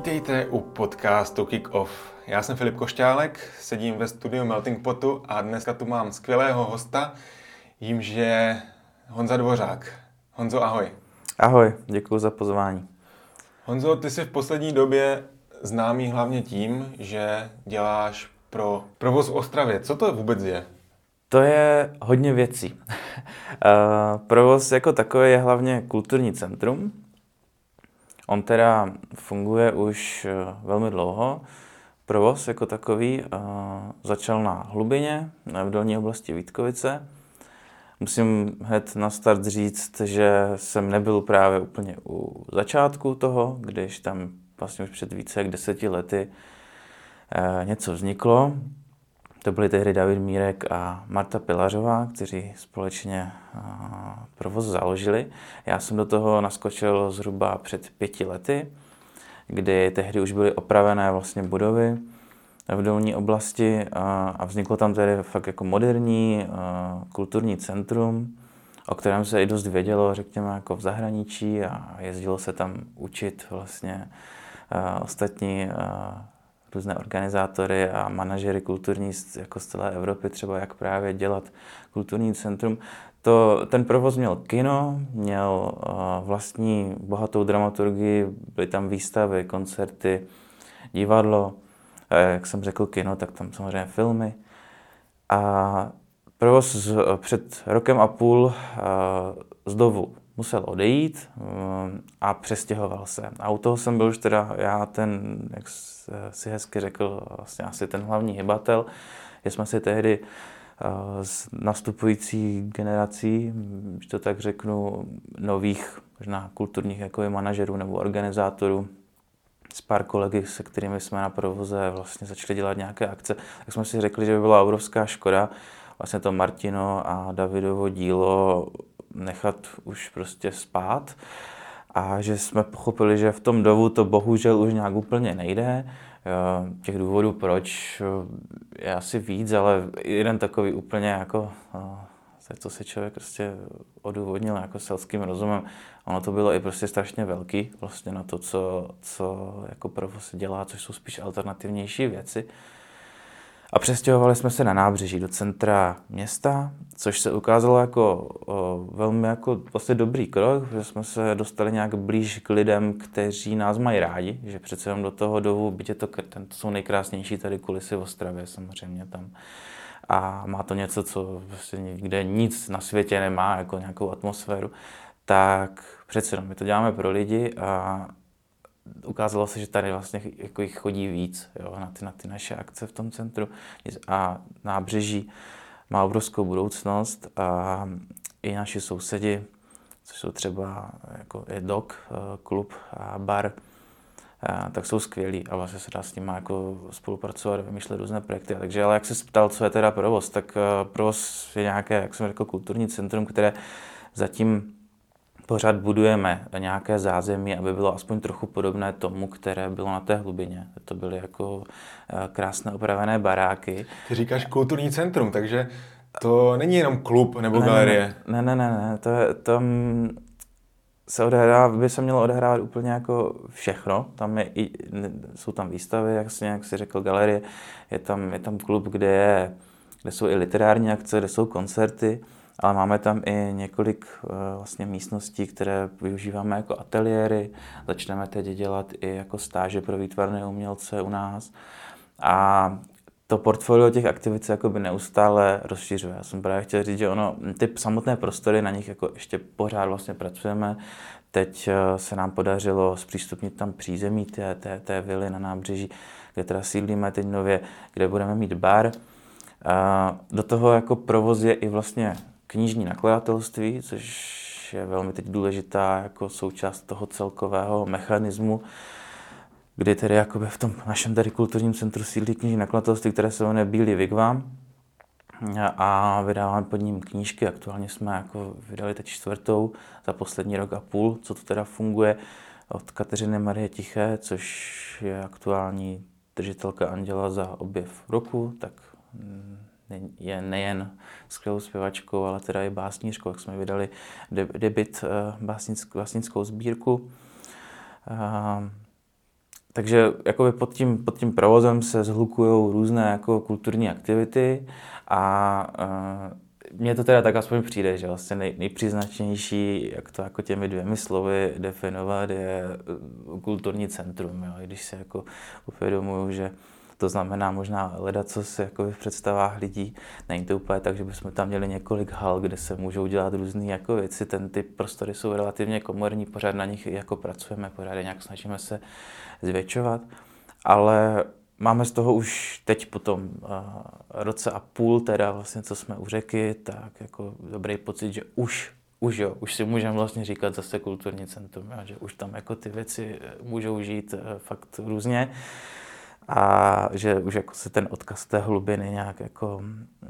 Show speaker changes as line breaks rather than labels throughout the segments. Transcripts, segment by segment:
Vítejte u podcastu Kick Off. Já jsem Filip Košťálek, sedím ve studiu Melting Potu a dneska tu mám skvělého hosta, jímž je Honza Dvořák. Honzo, ahoj.
Ahoj, děkuji za pozvání.
Honzo, ty jsi v poslední době známý hlavně tím, že děláš pro Provoz v Ostravě. Co to vůbec je?
To je hodně věcí. Provoz jako takový je hlavně kulturní centrum. On teda funguje už velmi dlouho. Provoz jako takový začal na Hlubině, v dolní oblasti Vítkovice. Musím hned na start říct, že jsem nebyl právě úplně u začátku toho, když tam vlastně už před více jak 10 lety něco vzniklo. To byli tehdy David Mírek a Marta Pilařová, kteří společně provoz založili. Já jsem do toho naskočil zhruba před 5 lety, kdy tehdy už byly opravené vlastně budovy v dolní oblasti a vzniklo tam tedy fakt jako moderní kulturní centrum, o kterém se i dost vědělo, řekněme, jako v zahraničí a jezdilo se tam učit vlastně ostatní různé organizátory a manažery kulturní jako z celé Evropy, třeba jak právě dělat kulturní centrum. Ten provoz měl kino, měl vlastní bohatou dramaturgii, byly tam výstavy, koncerty, divadlo, jak jsem řekl kino, tak tam samozřejmě filmy. A provoz před rokem a půl z Dovu musel odejít a přestěhoval se. A u toho jsem byl už teda já ten, jak si hezky řekl, vlastně asi ten hlavní hybatel, že jsme si tehdy s nastupující generací, když to tak řeknu, nových možná kulturních jako manažerů nebo organizátorů, s pár kolegy, se kterými jsme na provoze vlastně začali dělat nějaké akce, tak jsme si řekli, že by byla obrovská škoda vlastně to Martino a Davidovo dílo nechat už prostě spát a že jsme pochopili, že v tom Dovu to bohužel už nějak úplně nejde. Těch důvodů proč je asi víc, ale jeden takový úplně jako, co si člověk prostě odůvodnil jako selským rozumem, ono to bylo i prostě strašně velký vlastně na to, co jako provoz dělá, což jsou spíš alternativnější věci. A přestěhovali jsme se na nábřeží do centra města, což se ukázalo jako velmi jako vlastně dobrý krok, že jsme se dostali nějak blíž k lidem, kteří nás mají rádi, že přece jenom do toho Dovu, byť je to jsou nejkrásnější tady kulisy v Ostravě samozřejmě tam. A má to něco, co vlastně nikde nic na světě nemá, jako nějakou atmosféru, tak přece jenom my to děláme pro lidi a ukázalo se, že tady vlastně jako jich chodí víc, jo, na ty naše akce v tom centru a nábřeží má obrovskou budoucnost a i naši sousedi, což jsou třeba jako je Dog, klub a bar, tak jsou skvělí a vlastně se dá s nimi jako spolupracovat, vymýšlet různé projekty. Takže ale jak se ptal, co je teda provoz, tak provoz je nějaké, jak jsem řekl, kulturní centrum, které zatím pořád budujeme nějaké zázemí, aby bylo aspoň trochu podobné tomu, které bylo na té Hlubině. To byly jako krásné opravené baráky.
Ty říkáš kulturní centrum, takže to není jenom klub nebo galerie.
Ne. Tam se odehrává, by se mělo odehrávat úplně jako všechno. Tam jsou tam výstavy, jak jsi řekl, galerie. Je tam klub, kde jsou i literární akce, kde jsou koncerty. Ale máme tam i několik vlastně místností, které využíváme jako ateliéry. Začneme teď dělat i jako stáže pro výtvarné umělce u nás. A to portfolio těch aktivit se jakoby neustále rozšiřuje. Já jsem právě chtěl říct, že ty samotné prostory, na nich jako ještě pořád vlastně pracujeme. Teď se nám podařilo zpřístupnit tam přízemí té vily na nábřeží, kde teda sídlíme teď nově, kde budeme mít bar. Do toho jako provoz je i vlastně knižní nakladatelství, což je velmi teď důležitá jako součást toho celkového mechanismu, kdy tedy jakoby v tom našem tady kulturním centru sídlí knižní nakladatelství, které se jmenuje Bílý Vigvam a vydáváme pod ním knížky. Aktuálně jsme jako vydali teď 4. za poslední rok a půl, co to teda funguje, od Kateřiny Marie Tiché, což je aktuální držitelka Anděla za objev roku, tak je nejen skvělou zpěvačkou, ale teda i básnířkou, jak jsme vydali debut básnickou sbírku. takže jakoby pod tím provozem se zhlukují různé jako kulturní aktivity a mně to teda tak aspoň přijde, že vlastně nejpříznačnější, jak to jako těmi dvěmi slovy definovat, je kulturní centrum. Jo? I když si jako uvědomuju, že to znamená možná ledacos si jako v představách lidí. Není to úplně tak, že bychom tam měli několik hal, kde se můžou dělat různé jako věci. Ty prostory jsou relativně komorní, pořád na nich jako pracujeme, pořád nějak snažíme se zvětšovat. Ale máme z toho už teď po tom roce a půl, teda vlastně, co jsme u řeky, tak jako dobrý pocit, že už si můžeme vlastně říkat zase kulturní centrum, jo, že už tam jako ty věci můžou žít fakt různě a že už jako se ten odkaz té hlubiny nějak jako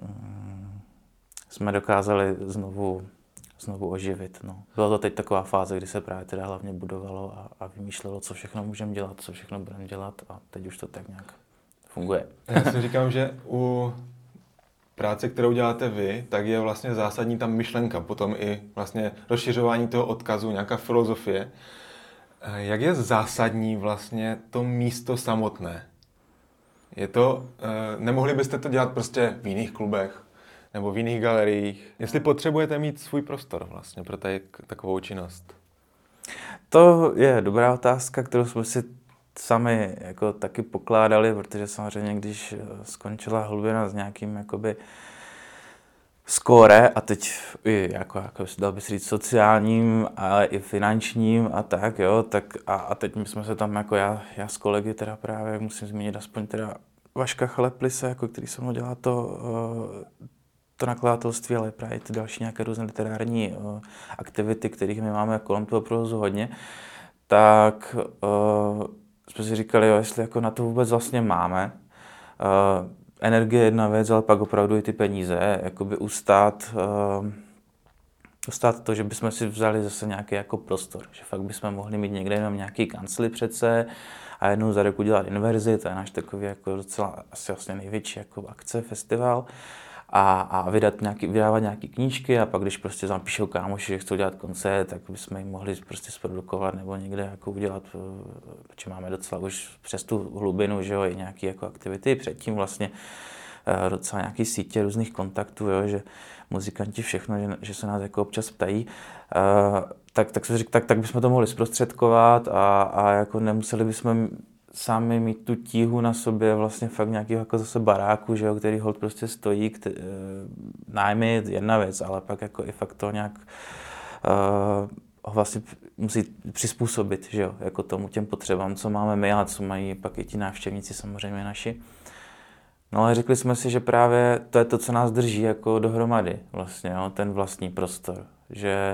jsme dokázali znovu oživit. No. Byla to teď taková fáze, kdy se právě teda hlavně budovalo a vymýšlelo, co všechno můžeme dělat, co všechno budeme dělat a teď už to tak nějak funguje.
Já si říkám, že u práce, kterou děláte vy, tak je vlastně zásadní ta myšlenka, potom i vlastně rozšiřování toho odkazu, nějaká filozofie. Jak je zásadní vlastně to místo samotné? Je to, nemohli byste to dělat prostě v jiných klubech nebo v jiných galeriích? Jestli potřebujete mít svůj prostor vlastně pro takovou činnost?
To je dobrá otázka, kterou jsme si sami jako taky pokládali, protože samozřejmě, když skončila hlubina s nějakým jakoby skóre a teď i jako dal by se říct sociálním, ale i finančním a tak, jo, tak a teď my jsme se tam jako já s kolegy teda právě musím zmínit aspoň teda Vaška Chaleplise, jako který se mnou dělá to nakladatelství, ale právě ty další nějaké různé literární aktivity, kterých my máme kolem toho provozu hodně, tak jsme si říkali, jo, jestli jako na to vůbec vlastně máme. Energie je jedna věc, ale pak opravdu i ty peníze, jakoby ustát to, že bychom si vzali zase nějaký jako prostor, že fakt bychom mohli mít někde jenom nějaký kancli přece a jednou za rok udělat inverzi, to je náš takový jako docela asi vlastně největší jako akce, festival. A vydávat nějaké knížky a pak, když prostě zapíšou kámoši, že chcou dělat koncert, tak bychom jim mohli prostě zprodukovat nebo někde jako udělat, protože máme docela už přes tu hlubinu, že jo, i nějaké jako aktivity, předtím vlastně docela nějaký sítě různých kontaktů, jo, že muzikanti všechno, že se nás jako občas ptají, tak bychom to mohli zprostředkovat a jako nemuseli bychom sami mít tu tíhu na sobě vlastně fakt nějakého jako zase baráku, že jo, který holt prostě stojí, nájmy jedna věc, ale pak jako i fakt to nějak ho vlastně musí přizpůsobit, že jo, jako tomu těm potřebám, co máme my a co mají pak i ti návštěvníci samozřejmě naši. No ale řekli jsme si, že právě to je to, co nás drží jako dohromady vlastně, jo, ten vlastní prostor, že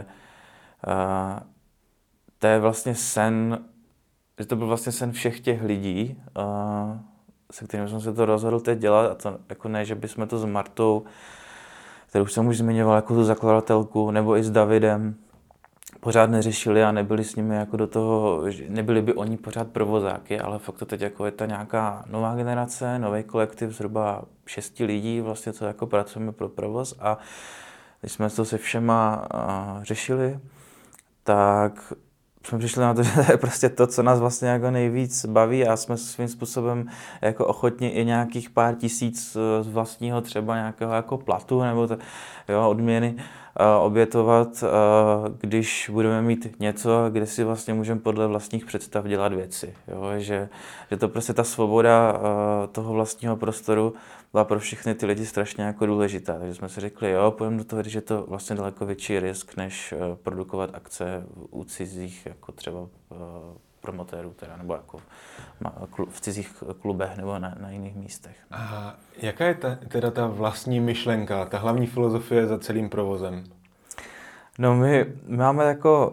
to je vlastně sen, že to byl vlastně sen všech těch lidí, se kterými jsme se to rozhodl teď dělat, a to jako ne, že bychom to s Martou, kterou jsem už zmiňoval jako tu zakladatelku, nebo i s Davidem, pořád neřešili a nebyli s nimi jako do toho, nebyli by oni pořád provozáky, ale fakt to teď jako je ta nějaká nová generace, nový kolektiv, zhruba 6 lidí vlastně, co jako pracujeme pro provoz a když jsme to se všema řešili, tak jsme přišli na to, že to je prostě to, co nás vlastně jako nejvíc baví a jsme svým způsobem jako ochotni i nějakých pár tisíc z vlastního třeba nějakého jako platu nebo odměny obětovat, když budeme mít něco, kde si vlastně můžeme podle vlastních představ dělat věci. Jo? Že to prostě ta svoboda toho vlastního prostoru byla pro všechny ty lidi strašně jako důležitá. Takže jsme si řekli, jo, půjdeme do toho, že je to vlastně daleko větší risk, než produkovat akce u cizích, jako třeba promotérů, teda, nebo jako v cizích klubech nebo na jiných místech.
A jaká je teda ta vlastní myšlenka, ta hlavní filozofie za celým provozem?
No my máme jako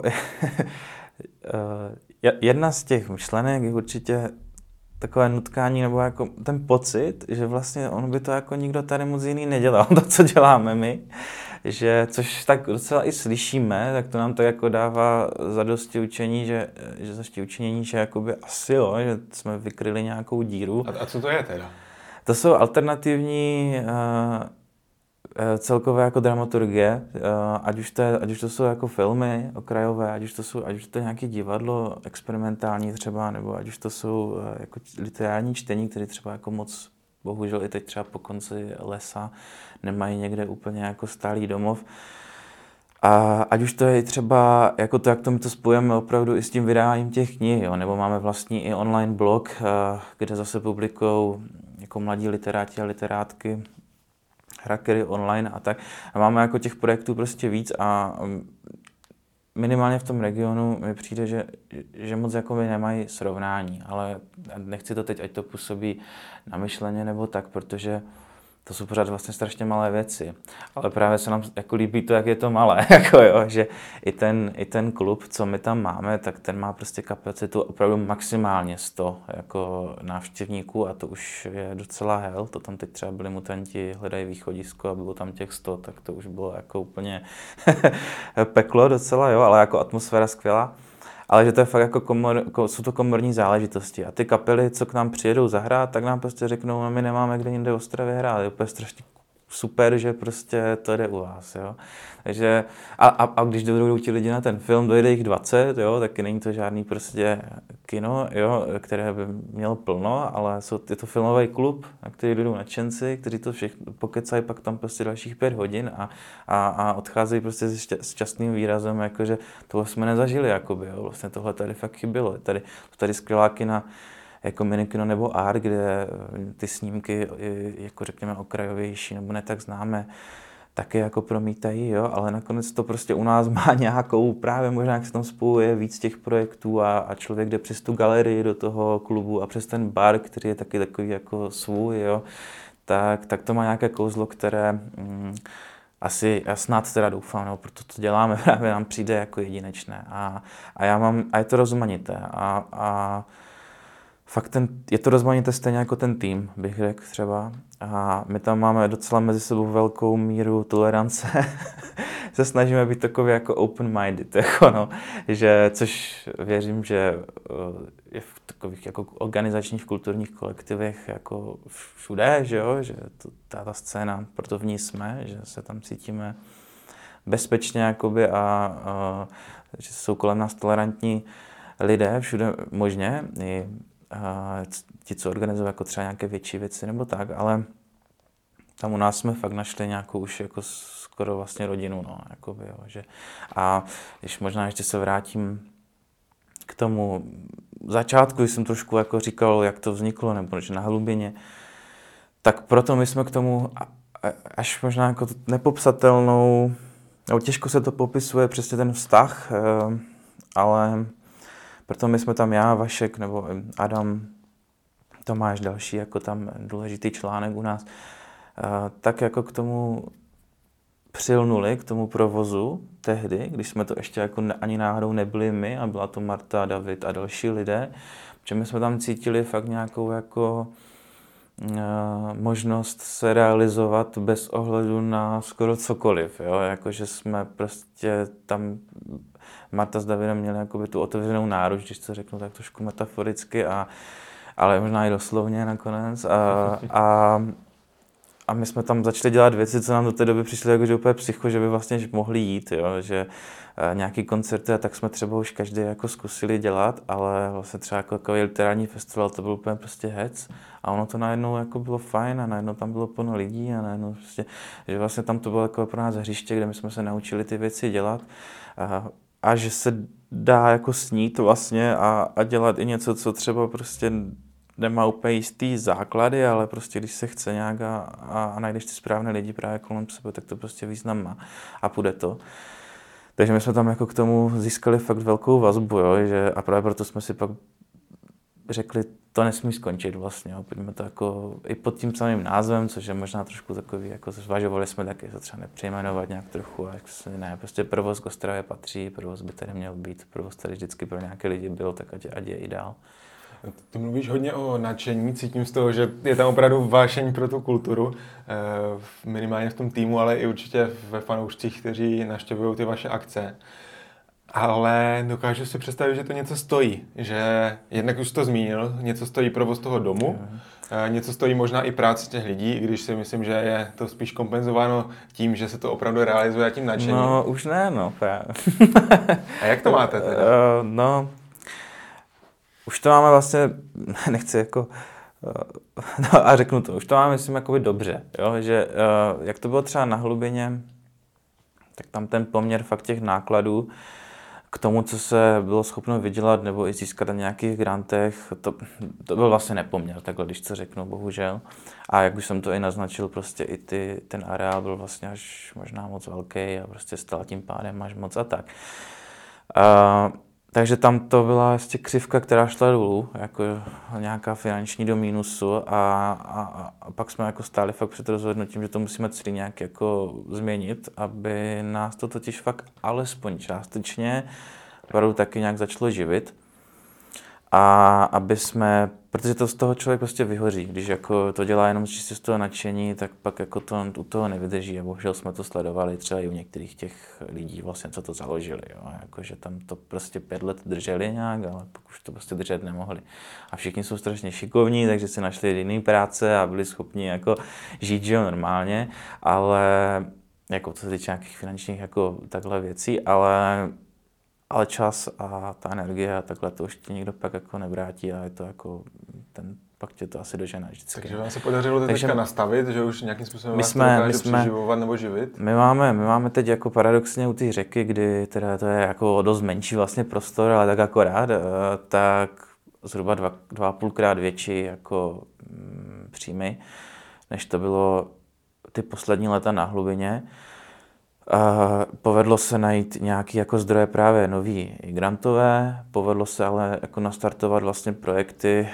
jedna z těch myšlenek je určitě takové nutkání nebo jako ten pocit, že vlastně on by to jako nikdo tady moc jiný nedělal, to, co děláme my, že což tak docela i slyšíme, tak to nám to jako dává zadosti učení, že jakoby asi jo, že jsme vykryli nějakou díru.
A co to je teda?
To jsou alternativní celkově jako dramaturgie, ať už to jsou jako filmy okrajové, ať už to je nějaké divadlo experimentální třeba, nebo ať už to jsou jako literární čtení, které třeba jako moc, bohužel i teď třeba po konci lesa, nemají někde úplně jako stálý domov. A ať už to je třeba jako to, jak to my to spojujeme opravdu i s tím vydáváním těch knih, jo? Nebo máme vlastní i online blog, kde zase publikují jako mladí literáti a literátky hackery online a tak. A máme jako těch projektů prostě víc a minimálně v tom regionu mi přijde, že moc jakoby nemají srovnání, ale nechci to teď, ať to působí namyšleně nebo tak, protože to jsou pořád vlastně strašně malé věci. Ale právě se nám jako líbí to, jak je to malé, jako jo, že i ten klub, co my tam máme, tak ten má prostě kapacitu opravdu maximálně 100 jako návštěvníků a to už je docela hell. To tam teď třeba byli mutanti, hledají východisko a bylo tam těch 100, tak to už bylo jako úplně peklo docela, jo, ale jako atmosféra skvělá. Ale že to je fakt jako jsou to komorní záležitosti. A ty kapely, co k nám přijedou zahrát, tak nám prostě řeknou, no my nemáme kde jinde v Ostravě hrát. Je úplně strašně super, že prostě to jde u vás, jo. Takže, a když dojdou ti lidi na ten film, dojde jich 20, jo, taky není to žádný prostě kino, jo, které by mělo plno, ale je to filmový klub, na který jdou nadšenci, kteří to všechno pokecají pak tam prostě dalších 5 hodin a odcházejí prostě s šťastným výrazem, jakože tohle jsme nezažili, jakoby, jo, vlastně tohle tady fakt chybělo. Tady skvělá kina, jako minikino nebo art, kde ty snímky, jako řekněme okrajovější nebo ne tak známe, taky jako promítají, jo, ale nakonec to prostě u nás má nějakou, právě možná jak se tam spojuje víc těch projektů a člověk jde přes tu galerii do toho klubu a přes ten bar, který je taky takový jako svůj, jo, tak to má nějaké kouzlo, které já snad teda doufám, no, proto to děláme, právě nám přijde jako jedinečné a je to rozmanité a fakt je to rozmanité stejně jako ten tým, bych řekl třeba. A my tam máme docela mezi sebou velkou míru tolerance. Se snažíme být takový jako open-minded, jako no, což věřím, že je v takových jako organizačních kulturních kolektivech jako všude, že jo, že ta scéna, proto v ní jsme, že se tam cítíme bezpečně jakoby a že jsou kolem nás tolerantní lidé všude možně, i ti, co organizují jako třeba nějaké větší věci nebo tak, ale tam u nás jsme fakt našli nějakou už jako skoro vlastně rodinu, no, jakoby, jo, že a když možná ještě se vrátím k tomu začátku, když jsem trošku jako říkal, jak to vzniklo, nebo že na hlubině, tak proto my jsme k tomu až možná jako nepopsatelnou, nebo těžko se to popisuje přesně ten vztah, ale proto my jsme tam já, Vašek nebo Adam, Tomáš další, jako tam důležitý článek u nás, tak jako k tomu přilnuli, k tomu provozu tehdy, když jsme to ještě jako ani náhodou nebyli my a byla to Marta, David a další lidé, protože my jsme tam cítili fakt nějakou jako možnost se realizovat bez ohledu na skoro cokoliv, jo, jakože jsme prostě tam, Marta s Davidem měli jakoby tu otevřenou náruč, když to řeknu tak trošku metaforicky, ale možná i doslovně nakonec a my jsme tam začali dělat věci, co nám do té doby přišly jako, že úplně psycho, že by vlastně mohli jít, jo, že nějaký koncerty a tak jsme třeba už každý jako zkusili dělat, ale vlastně třeba jako takový literární festival, to byl úplně prostě hec a ono to najednou jako bylo fajn a najednou tam bylo plno lidí a najednou prostě, že vlastně tam to bylo jako pro nás hřiště, kde my jsme se naučili ty věci dělat a že se dá jako snít vlastně a dělat i něco, co třeba prostě nemá úplně jistý základy, ale prostě když se chce nějak a najdeš ty správné lidi právě kolem sebe, tak to prostě význam má a půjde to. Takže my jsme tam jako k tomu získali fakt velkou vazbu, jo, a právě proto jsme si pak řekli, to nesmí skončit vlastně, jo. Pojďme to jako i pod tím samým názvem, což je možná trošku takový, jako zvažovali jsme taky, to třeba nepřejmenovat nějak trochu, a ne, prostě provoz k Ostravě patří, provoz by tady měl být, provoz tady vždycky pro nějaké lidi byl, tak ať je i dál.
Ty mluvíš hodně o nadšení, cítím z toho, že je tam opravdu vášeň pro tu kulturu, minimálně v tom týmu, ale i určitě ve fanoušcích, kteří navštěvují ty vaše akce. Ale dokážu si představit, že to něco stojí, že jednak už to zmínil, něco stojí provoz toho domu, Něco stojí možná i práce těch lidí, i když si myslím, že je to spíš kompenzováno tím, že se to opravdu realizuje a tím nadšením.
No, už ne, no, právě.
A jak to máte teda?
No, už to máme vlastně, nechci jako, no a řeknu to, už to máme, myslím, jakoby dobře, jo, že jak to bylo třeba na Hlubině, tak tam ten poměr fakt těch nákladů k tomu, co se bylo schopno vydělat nebo i získat na nějakých grantech, to byl vlastně nepoměr, takhle, když to řeknu, bohužel. A jak už jsem to i naznačil, prostě i ten areál byl vlastně až možná moc velký a prostě stál tím pádem až moc a tak. Takže tam to byla vlastně křivka, která šla dolů, jako nějaká finanční do mínusu a pak jsme jako stáli fakt před rozhodnutím, že to musíme celý nějak jako změnit, aby nás to totiž fakt alespoň částečně opravdu taky nějak začalo živit. A aby jsme, protože to z toho člověk prostě vyhoří, když jako to dělá jenom čistě z toho nadšení, tak pak jako to u toho nevydrží a bohužel jsme to sledovali třeba i u některých těch lidí vlastně, co to založili, jo? Jako, že tam to prostě 5 let drželi nějak, ale pak už to prostě držet nemohli. A všichni jsou strašně šikovní, takže si našli jiný práce a byli schopni jako žít, že jo, normálně, ale jako co se týče nějakých finančních jako takhle věcí, ale čas a ta energie a takhle to už ti nikdo pak jako nevrátí a je to jako pak tě to asi dožene vždycky.
Takže vám se podařilo to teďka nastavit, že už nějakým způsobem vás to dokáže přeživovat nebo živit?
My máme teď jako paradoxně u té řeky, kdy teda to je jako dost menší vlastně prostor, ale tak akorát, tak zhruba 2,5krát větší jako příjmy, než to bylo ty poslední léta na Hlubině. Povedlo se najít nějaký jako zdroje právě nový i grantové, povedlo se ale jako nastartovat vlastně projekty,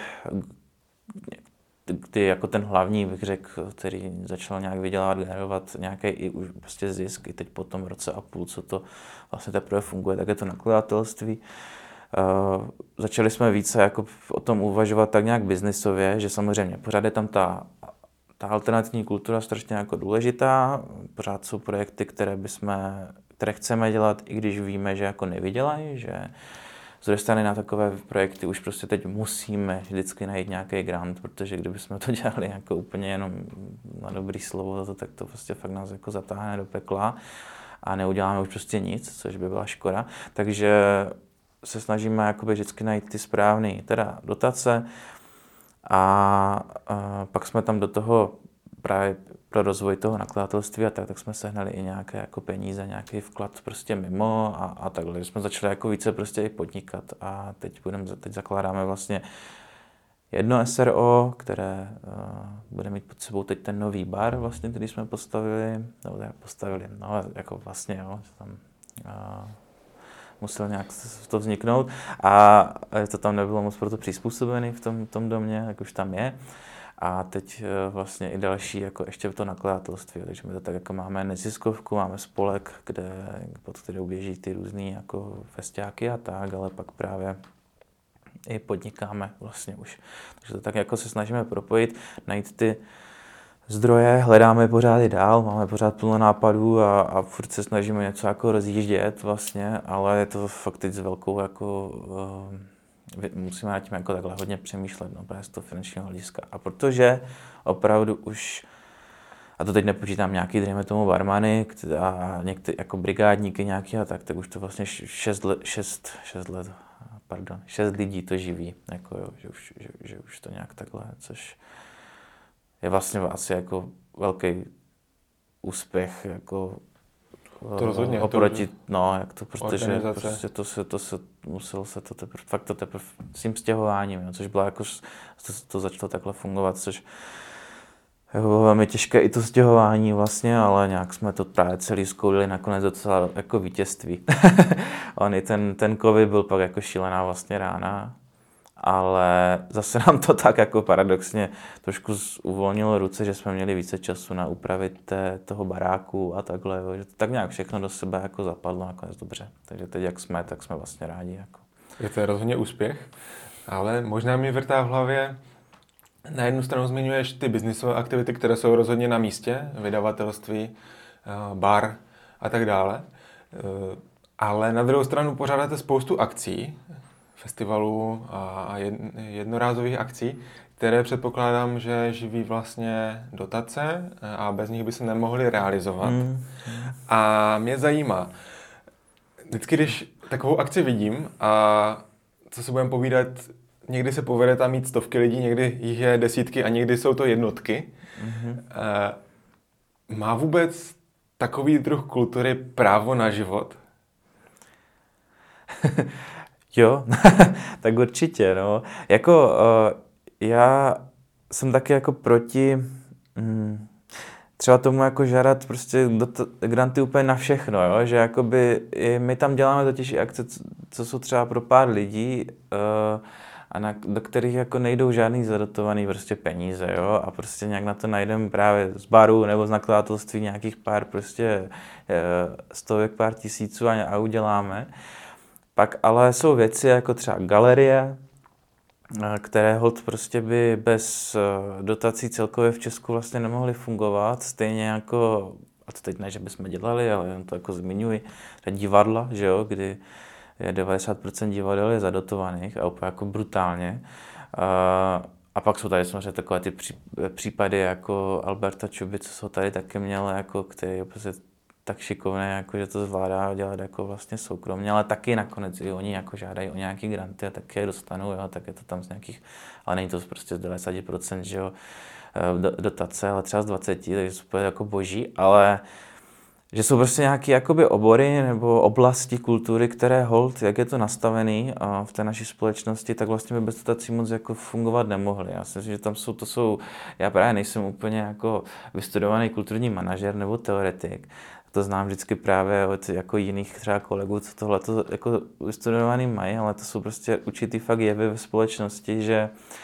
kdy jako ten hlavní, bych řekl, který začal nějak vydělávat, generovat nějaký i už prostě zisk, i teď po tom roce a půl, co to vlastně teprve funguje, tak je to nakladatelství. Začali jsme více jako o tom uvažovat tak nějak biznisově, že samozřejmě pořád je tam ta alternativní kultura strašně jako důležitá, pořád jsou projekty, které chceme dělat, i když víme, že jako nevydělají, že z druhé strany na takové projekty už prostě teď musíme vždycky najít nějaký grant, protože kdybychom to dělali jako úplně jenom na dobrý slovo, tak to prostě fakt nás jako zatáhne do pekla a neuděláme už prostě nic, což by byla škoda. Takže se snažíme jakoby vždycky najít ty správné teda dotace, a pak jsme tam do toho právě pro rozvoj toho nakladatelství a tak jsme sehnali i nějaké jako peníze, nějaký vklad prostě mimo a takhle. Jsme začali jako více prostě i podnikat a teď zakládáme vlastně jedno SRO, které bude mít pod sebou teď ten nový bar vlastně, který jsme postavili, no jako vlastně, jo, že tam musel nějak to vzniknout a to tam nebylo moc proto přizpůsobený v tom domě, jak už tam je. A teď vlastně i další, jako ještě to nakladatelství, takže my to tak jako máme neziskovku, máme spolek, pod kterou běží ty různý jako festiáky a tak, ale pak právě i podnikáme vlastně už. Takže to tak jako se snažíme propojit, najít ty zdroje, hledáme pořád i dál, máme pořád plno nápadů a furt se snažíme něco jako rozjíždět vlastně, ale je to fakt teď s velkou jako, musíme nad tím jako takhle hodně přemýšlet, no právě z toho finančního hlediska. A protože opravdu už, a to teď nepočítám nějaký, dejme tomu barmany a některé jako brigádníky nějaký a tak už to vlastně 6 lidí to živí, jako jo, že už to nějak takhle, což je vlastně asi jako velký úspěch, jako
to rozhodně,
oproti, no, jak to protože prostě to se muselo se to teprve, fakt to teprve s tím stěhováním, jo, což bylo jako, to začalo takhle fungovat, což jako bylo velmi těžké i to stěhování vlastně, ale nějak jsme to právě celý zkoulili nakonec docela jako vítězství. On i ten covid byl pak jako šílená vlastně rána, ale zase nám to tak jako paradoxně trošku uvolnilo ruce, že jsme měli více času na úpravy toho baráku a takhle, jo, že to tak nějak všechno do sebe jako zapadlo nakonec dobře. Takže teď jak jsme, tak jsme vlastně rádi. Jako.
Je to rozhodně úspěch, ale možná mi vrtá v hlavě, na jednu stranu zmiňuješ ty biznisové aktivity, které jsou rozhodně na místě, vydavatelství, bar a tak dále, ale na druhou stranu pořádáte spoustu akcí, festivalů a jednorázových akcí. které předpokládám, že živí vlastně dotace a bez nich by se nemohly realizovat. A mě zajímá, vždycky, když takovou akci vidím a co se budeme povídat, někdy se povede tam mít stovky lidí, někdy jich je desítky a někdy jsou to jednotky. Má vůbec takový druh kultury právo na život?
Jo, tak určitě, no. Jako já jsem taky jako proti třeba tomu jako žádat prostě granty úplně na všechno, jo? Že jakoby my tam děláme totiž i akce, co jsou třeba pro pár lidí a do kterých jako nejdou žádný zadotovaný prostě peníze, jo? A prostě nějak na to najdeme právě z baru nebo z nakladatelství nějakých pár prostě stovek, pár tisíců a uděláme. Pak ale jsou věci jako třeba galerie, které holt prostě by bez dotací celkově v Česku vlastně nemohly fungovat, stejně jako, a to teď ne, že bychom dělali, ale jen to jako zmiňuji, divadla, že jo, kdy je 90% divadel je zadotovaných a úplně jako brutálně. A pak jsou tady samozřejmě takové ty případy jako Alberta Čuby, co jsou tady taky měl, jako, který je prostě tak šikovné, jako, že to zvládá dělat jako vlastně soukromně, ale taky nakonec i oni jako žádají o nějaký granty a taky je dostanou, jo, tak je to tam z nějakých, ale není to prostě z 90%, že jo, dotace, ale třeba z 20%, takže to je jako boží, ale že jsou prostě nějaké jakoby obory nebo oblasti kultury, které holt, jak je to nastavený v té naší společnosti, tak vlastně by bez dotací moc jako fungovat nemohly. Já si myslím, že tam jsou, já právě nejsem úplně jako vystudovaný kulturní manažer nebo teoretik, to znám vždycky právě od jako jiných třeba kolegů, co tohleto jako vystudovaný mají, ale to jsou prostě určitý fakt jevy ve společnosti, že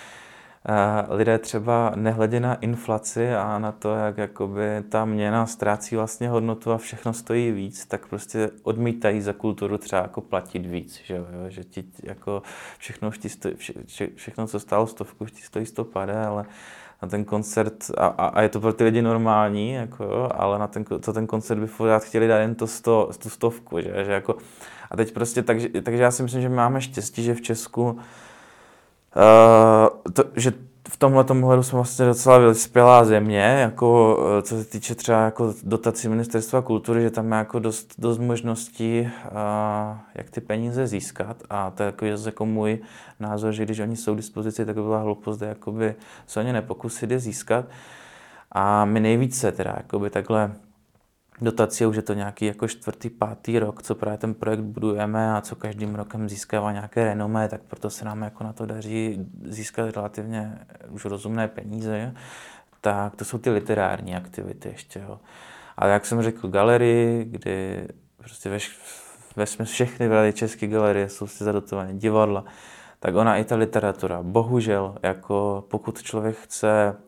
lidé třeba nehledě na inflaci a na to, jak jakoby ta měna ztrácí vlastně hodnotu a všechno stojí víc, tak prostě odmítají za kulturu třeba jako platit víc, že ti jako všechno, co stálo 100, ti stojí 150, ale na ten koncert, a je to pro ty lidi normální, jako jo, ale na ten koncert by furt chtěli dát jen tu 100, že jako, a teď prostě, takže já si myslím, že máme štěstí, že v Česku že v tomhletom ohledu jsme vlastně docela vyspělá země, jako co se týče třeba jako dotací Ministerstva kultury, že tam má jako dost možností, jak ty peníze získat, a to je jako můj názor, že když oni jsou k dispozici, tak by byla hloupost, jakoby se o ně nepokusit je získat. A my nejvíce teda jakoby takhle dotací, už je to nějaký jako 4., 5. rok, co právě ten projekt budujeme a co každým rokem získává nějaké renomé, tak proto se nám jako na to daří získat relativně už rozumné peníze, tak to jsou ty literární aktivity ještě. Jo. Ale jak jsem řekl, galerii, kdy prostě všechny české galerie jsou si zadotované, divadla, tak ona i ta literatura, bohužel, jako pokud člověk chce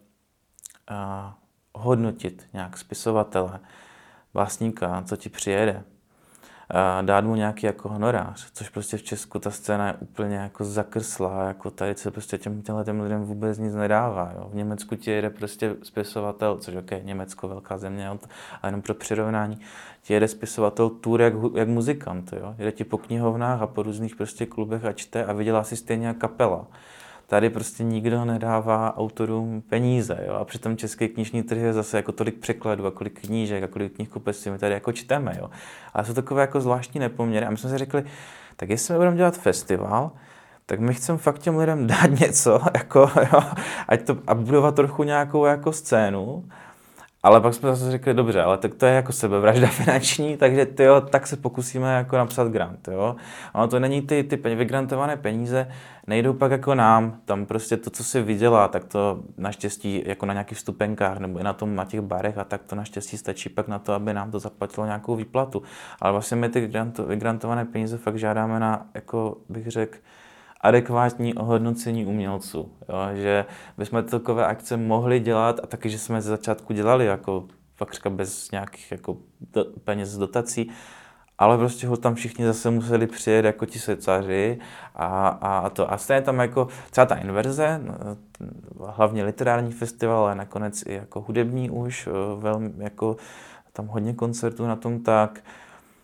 hodnotit nějak spisovatele, vlastníka, co ti přijede, dát mu nějaký jako honorář, což prostě v Česku ta scéna je úplně jako zakrslá, jako tady se prostě těmhle lidem vůbec nic nedává. Jo. V Německu ti jede prostě spisovatel, což je Německo, velká země, ale jenom pro přirovnání, ti jede spisovatel tour jak muzikant, jo. Jede ti po knihovnách a po různých prostě klubech a čte a vydělá si stejně jak kapela. Tady prostě nikdo nedává autorům peníze, jo? A přitom český knižní trh je zase jako tolik překladů a kolik knížek a kolik knihkupectví my tady jako čteme, jo? Ale jsou takové jako zvláštní nepoměry a my jsme si řekli, tak jestli my budeme dělat festival, tak my chceme fakt těm lidem dát něco, jako, jo? A budovat trochu nějakou jako scénu. Ale pak jsme zase řekli, dobře, ale tak to je jako sebevražda finanční, takže tak se pokusíme jako napsat grant, jo. Ono to není ty vygrantované peníze, nejdou pak jako nám, tam prostě to, co si vydělá, tak to naštěstí jako na nějakých vstupenkách nebo i na těch barech a tak to naštěstí stačí pak na to, aby nám to zaplatilo nějakou výplatu. Ale vlastně my ty vygrantované peníze fakt žádáme na, jako bych řekl, adekvátní ohodnocení umělců, jo? Že bychom takové akce mohli dělat a taky, že jsme ze začátku dělali jako fakt bez nějakých jako peněz z dotací, ale prostě tam všichni zase museli přijet jako ti secáři a stejně tam jako třeba ta Inverze, hlavně literární festival, ale nakonec i jako hudební už, velmi jako tam hodně koncertů na tom, tak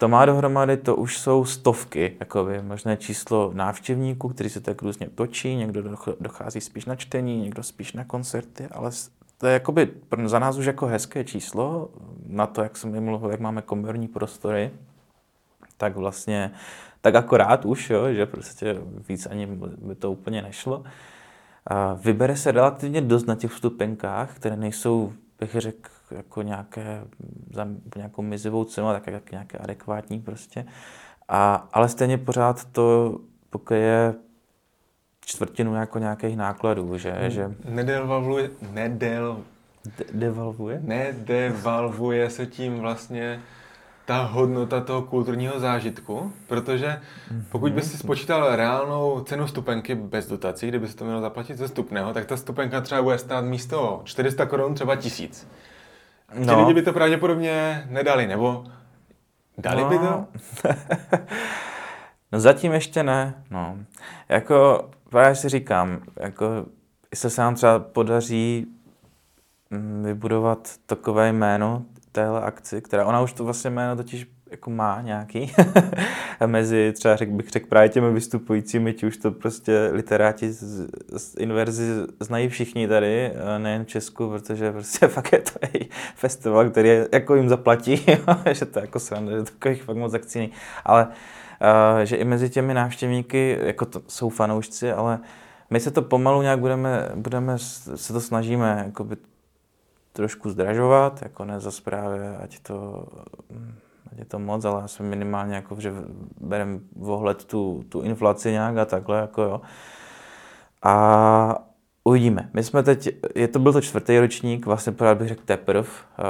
to má dohromady, to už jsou stovky, jakoby možné číslo návštěvníků, kteří se tak různě točí, někdo dochází spíš na čtení, někdo spíš na koncerty, ale to je jakoby za nás už jako hezké číslo, na to, jak jsem mluvil, jak máme komorní prostory, tak vlastně, tak akorát už, jo, že prostě víc ani by to úplně nešlo. Vybere se relativně dost na těch vstupenkách, které nejsou, bych řekl, jako nějaké, za nějakou mizivou cenu, tak jak nějaké adekvátní prostě. Ale stejně pořád to pokryje čtvrtinu jako nějakých nákladů, že
Nedevalvuje se tím vlastně ta hodnota toho kulturního zážitku, protože pokud by si spočítal reálnou cenu vstupenky bez dotací, kdyby se to mělo zaplatit ze vstupného, tak ta vstupenka třeba bude stát místo 400 korun třeba 1000. Ti lidi by to pravděpodobně nedali, nebo dali by to?
No zatím ještě ne, no. Jako, právě si říkám, jako, jestli se nám třeba podaří vybudovat takové jméno téhle akci, která, ona už to vlastně jméno totiž jako má nějaký, mezi třeba bych řekl právě těmi vystupujícími, ti už to prostě literáti z Inverzy znají všichni tady, nejen v Česku, protože prostě fakt je to festival, který jako jim zaplatí, že to jako sranda, že takových fakt moc akcí není. Ale že i mezi těmi návštěvníky, jako to jsou fanoušci, ale my se to pomalu nějak se to snažíme jakoby trošku zdražovat, jako ne za právě, ať je to moc, ale asi minimálně jako, že bereme ohled tu inflaci nějak a takhle, jako jo. A uvidíme. My jsme teď, byl to 4. ročník, vlastně pořád bych řekl teprv,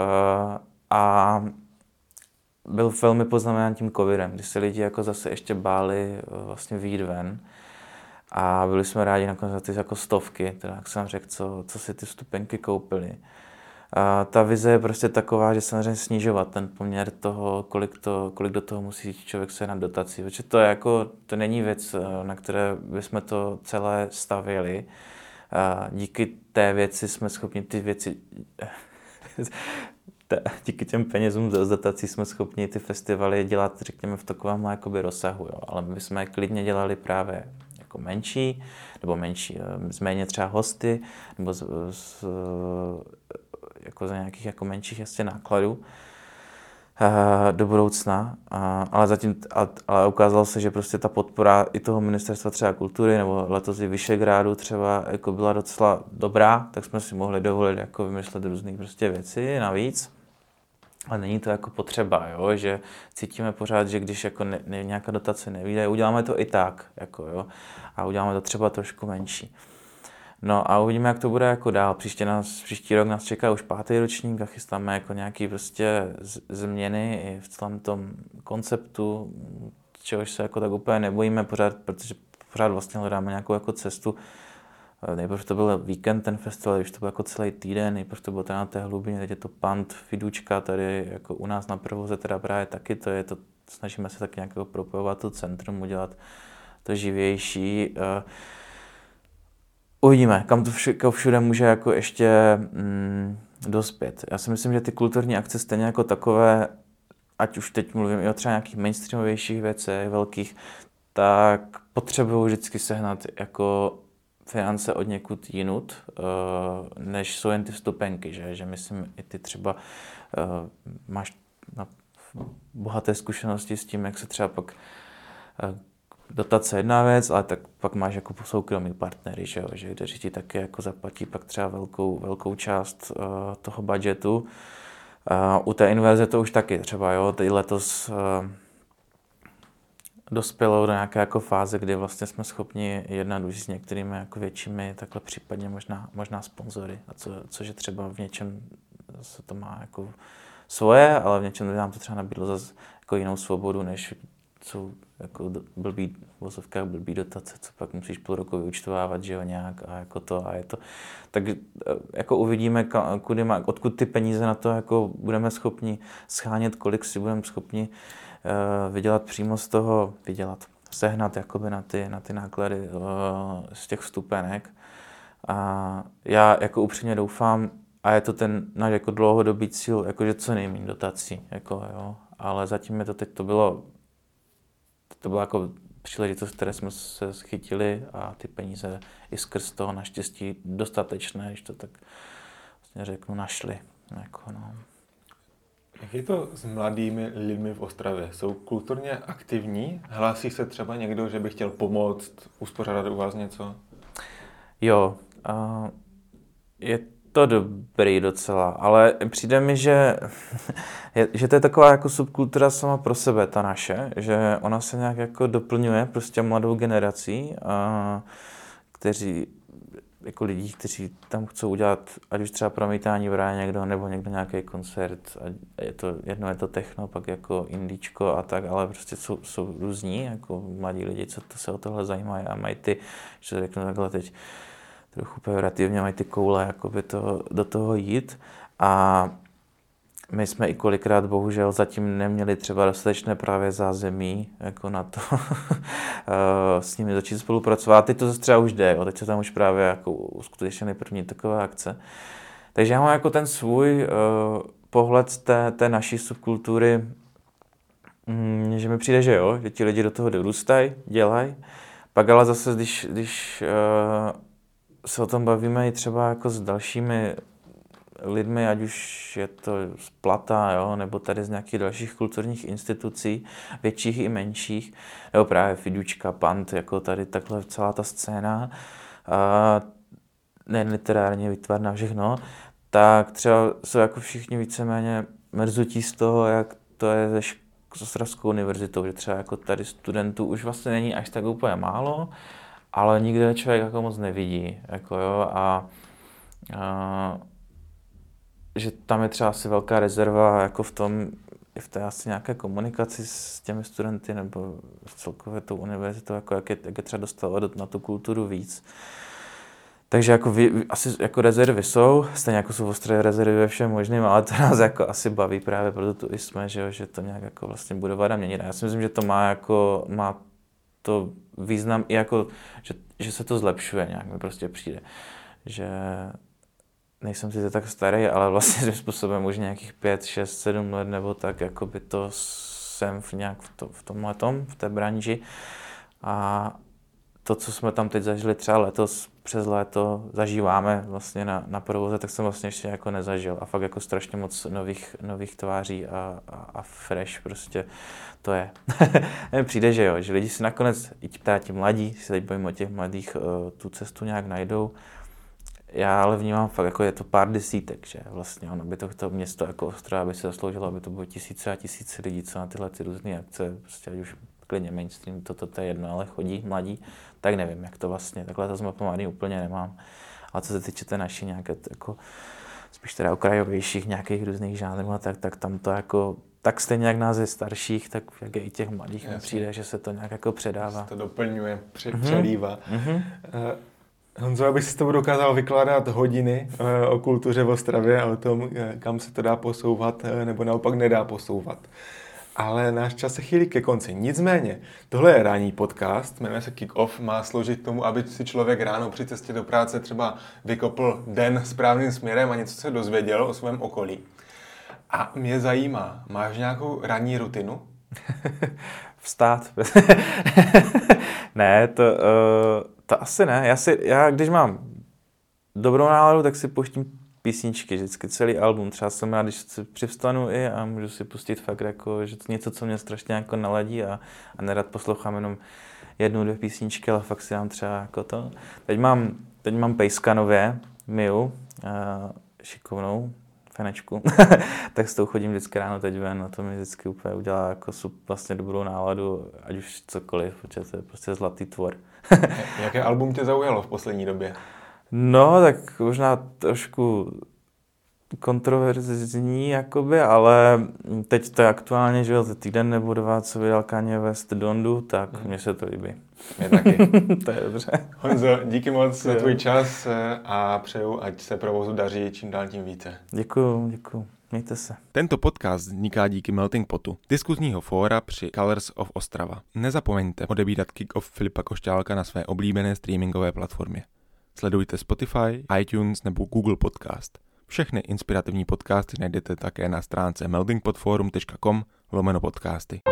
a byl velmi poznamenán tím covidem, kdy se lidi jako zase ještě báli vlastně vyjít ven. A byli jsme rádi nakonec za ty jako stovky, teda jak jsem řekl, co si ty vstupenky koupili. A ta vize je prostě taková, že samozřejmě snižovat ten poměr toho, kolik do toho musí člověk sehnat dotací. Protože to je jako, to není věc, na které bychom to celé stavěli. A díky té věci jsme schopni ty věci, díky těm penězům z dotací jsme schopni ty festivaly dělat, řekněme, v takovém jakoby rozsahu. Jo. Ale my jsme klidně dělali právě jako menší, z méně třeba hosty, nebo jako za nějakých jako menších ještě nákladů do budoucna, ale ukázalo se, že prostě ta podpora i toho ministerstva třeba kultury nebo letos i Vyšegrádu třeba jako byla docela dobrá, tak jsme si mohli dovolit jako vymyslet různé prostě věci navíc. Ale není to jako potřeba, jo? Že cítíme pořád, že když jako nějaká dotace nevyjde, uděláme to i tak, jako, jo? A uděláme to třeba trošku menší. No a uvidíme, jak to bude jako dál. Příští rok nás čeká už 5. ročník a chystáme jako nějaký prostě změny i v celém tom konceptu, čehož se jako tak úplně nebojíme pořád, protože pořád vlastně hledáme nějakou jako cestu. Nejprve to byl víkend ten festival, když to byl jako celý týden, nejprve to bylo teda na té hlubině, teď je to Pant, Fidučka, tady jako u nás na Provoze teda právě taky, snažíme se taky nějak propojovat to centrum, udělat to živější. Uvidíme, kam to všude může jako ještě dospět. Já si myslím, že ty kulturní akce stejně jako takové, ať už teď mluvím i o třeba nějakých mainstreamovějších věcech, velkých, tak potřebují vždycky sehnat jako finance od někud jinut, než jsou jen ty vstupenky, že myslím i ty třeba máš bohaté zkušenosti s tím, jak se třeba pak dotace jedna věc, ale tak pak máš jako soukromý partnery, že kteří ti taky jako zaplatí pak třeba velkou část toho budgetu. U té Inverze to už taky třeba, jo, teď letos dospělo do nějaké jako fáze, kdy vlastně jsme schopni jednat už s některými jako většími, takhle případně možná sponzory, a což je třeba v něčem se to má jako svoje, ale v něčem nám to třeba nabídlo zase jako jinou svobodu, než jsou jako blbý dotace, co pak musíš půl roku vyúčtovávat, že jo, nějak a jako to a je to. Tak jako uvidíme, odkud ty peníze na to jako budeme schopni schánět, kolik si budeme schopni vydělat přímo z toho, sehnat jakoby na ty náklady z těch vstupenek. A já jako upřímně doufám, a je to ten náš jako dlouhodobý cíl, jakože co nejméně dotací, jako jo. ale zatím je to teď to bylo jako příležitost, které jsme se schytili a ty peníze i skrz toho naštěstí dostatečné, když to tak vlastně řeknu, našli. Jako, no.
Jak je to s mladými lidmi v Ostravě? Jsou kulturně aktivní? Hlásí se třeba někdo, že by chtěl pomoct, uspořádat u vás něco?
Jo, je to dobrý docela, ale přijde mi, že to je taková jako subkultura sama pro sebe, ta naše, že ona se nějak jako doplňuje prostě mladou generací, kteří jako lidí, kteří tam chcou udělat, ať už třeba promítání v ráji někdo, nebo někdo nějaký koncert, a jedno je to techno, pak jako indíčko a tak, ale prostě jsou různí, jako mladí lidi, co to se o tohle zajímají a mají ty, že to řeknu takhle teď trochu pejorativně, mají ty koule, jakoby do toho jít a my jsme i kolikrát bohužel zatím neměli třeba dostatečné právě zázemí jako na to s nimi začít spolupracovat. Teď to zase třeba už jde, teď se tam už právě jako uskutečnily první takové akce. Takže já mám jako ten svůj pohled té naší subkultury, že mi přijde, že jo, že ti lidi do toho dorůstají, dělají. Pak ale zase, když se o tom bavíme i třeba jako s dalšími lidmi, ať už je to z Plata, jo, nebo tady z nějakých dalších kulturních institucí, větších i menších, nebo právě Fidučka, Pant, jako tady takhle celá ta scéna, nejen literárně, výtvarná, všechno, tak třeba jsou jako všichni víceméně mrzutí z toho, jak to je s Ostravskou univerzitou, že třeba jako tady studentů už vlastně není až tak úplně málo, ale nikde člověk jako moc nevidí, jako jo, a že tam je třeba asi velká rezerva jako v té asi nějaké komunikaci s těmi studenty nebo celkově tou univerzitou, jako jak je třeba dostávat na tu kulturu víc. Takže jako asi jako rezervy jsou, stejně jako jsou ostré rezervy ve všem možným, ale to nás jako asi baví právě, proto tu i jsme, že to nějak jako vlastně budovat a měnit. A já si myslím, že to má to význam i jako, že se to zlepšuje nějak, mi prostě přijde. Že nejsem si tak starý, ale vlastně tím způsobem už nějakých 5, 6, 7 let nebo tak, jako by to jsem v tomhletom, v té branži. A to, co jsme tam teď zažili třeba letos, přes léto zažíváme vlastně na provoze, tak jsem vlastně ještě jako nezažil. A fakt jako strašně moc nových tváří a fresh prostě to je. Přijde, že jo, že lidi si nakonec, i ti mladí, si teď bojím o těch mladých, tu cestu nějak najdou. Já ale vnímám fakt, jako je to pár desítek, že vlastně ono by to město jako Ostrava by se zasloužilo, aby to bylo tisíce a tisíce lidí, co na tyhle různé akce, prostě ať už klidně mainstream, to je jedno, ale chodí mladí, tak nevím, jak to vlastně, takhle to zmapovaný úplně nemám. Ale co se týče té naší nějaké, jako, spíš teda okrajovějších nějakých různých žánrů, tak tam to jako, tak stejně jak nás je starších, tak jak je i těch mladých mi přijde, že se to nějak jako předává.
Se to doplňuje, přelívá. Honzo, abych si s tebou dokázal vykládat hodiny o kultuře v Ostravě a o tom, kam se to dá posouvat nebo naopak nedá posouvat. Ale náš čas se chýlí ke konci. Nicméně, tohle je ranní podcast, jmenuje se Kick Off, má sloužit k tomu, aby si člověk ráno při cestě do práce třeba vykopl den správným směrem a něco se dozvěděl o svém okolí. A mě zajímá, máš nějakou ranní rutinu?
Vstát. Ne, to asi ne. Já když mám dobrou náladu, tak si pouštím písničky, vždycky celý album. Třeba jsem rád, když si přivstanu a můžu si pustit fakt jako, že to něco, co mě strašně jako naladí a nerad poslouchám jenom 1, 2 písničky, ale fakt si dám třeba jako to. Teď mám pejska nově, Miu, šikovnou fenečku, tak s tou chodím vždycky ráno teď ven a to mi vždycky úplně udělá jako vlastně dobrou náladu, ať už cokoliv, protože to je prostě zlatý tvor.
Jaké album tě zaujalo v poslední době?
No, tak možná trošku kontroverzní, jakoby, ale teď to je aktuálně, že jo, za týden nebo 2, co vydal Kanye West Dondu, tak mně se to líbí.
Mě taky.
To je dobře.
Honzo, díky moc za tvůj čas a přeju, ať se provozu daří čím dál tím více.
Děkuju. Mějte se.
Tento podcast vzniká díky Melting Potu, diskuzního fóra při Colors of Ostrava. Nezapomeňte odebírat Kick Off Filipa Košťálka na své oblíbené streamingové platformě. Sledujte Spotify, iTunes nebo Google Podcast. Všechny inspirativní podcasty najdete také na stránce meldingpodforum.com/podcasty.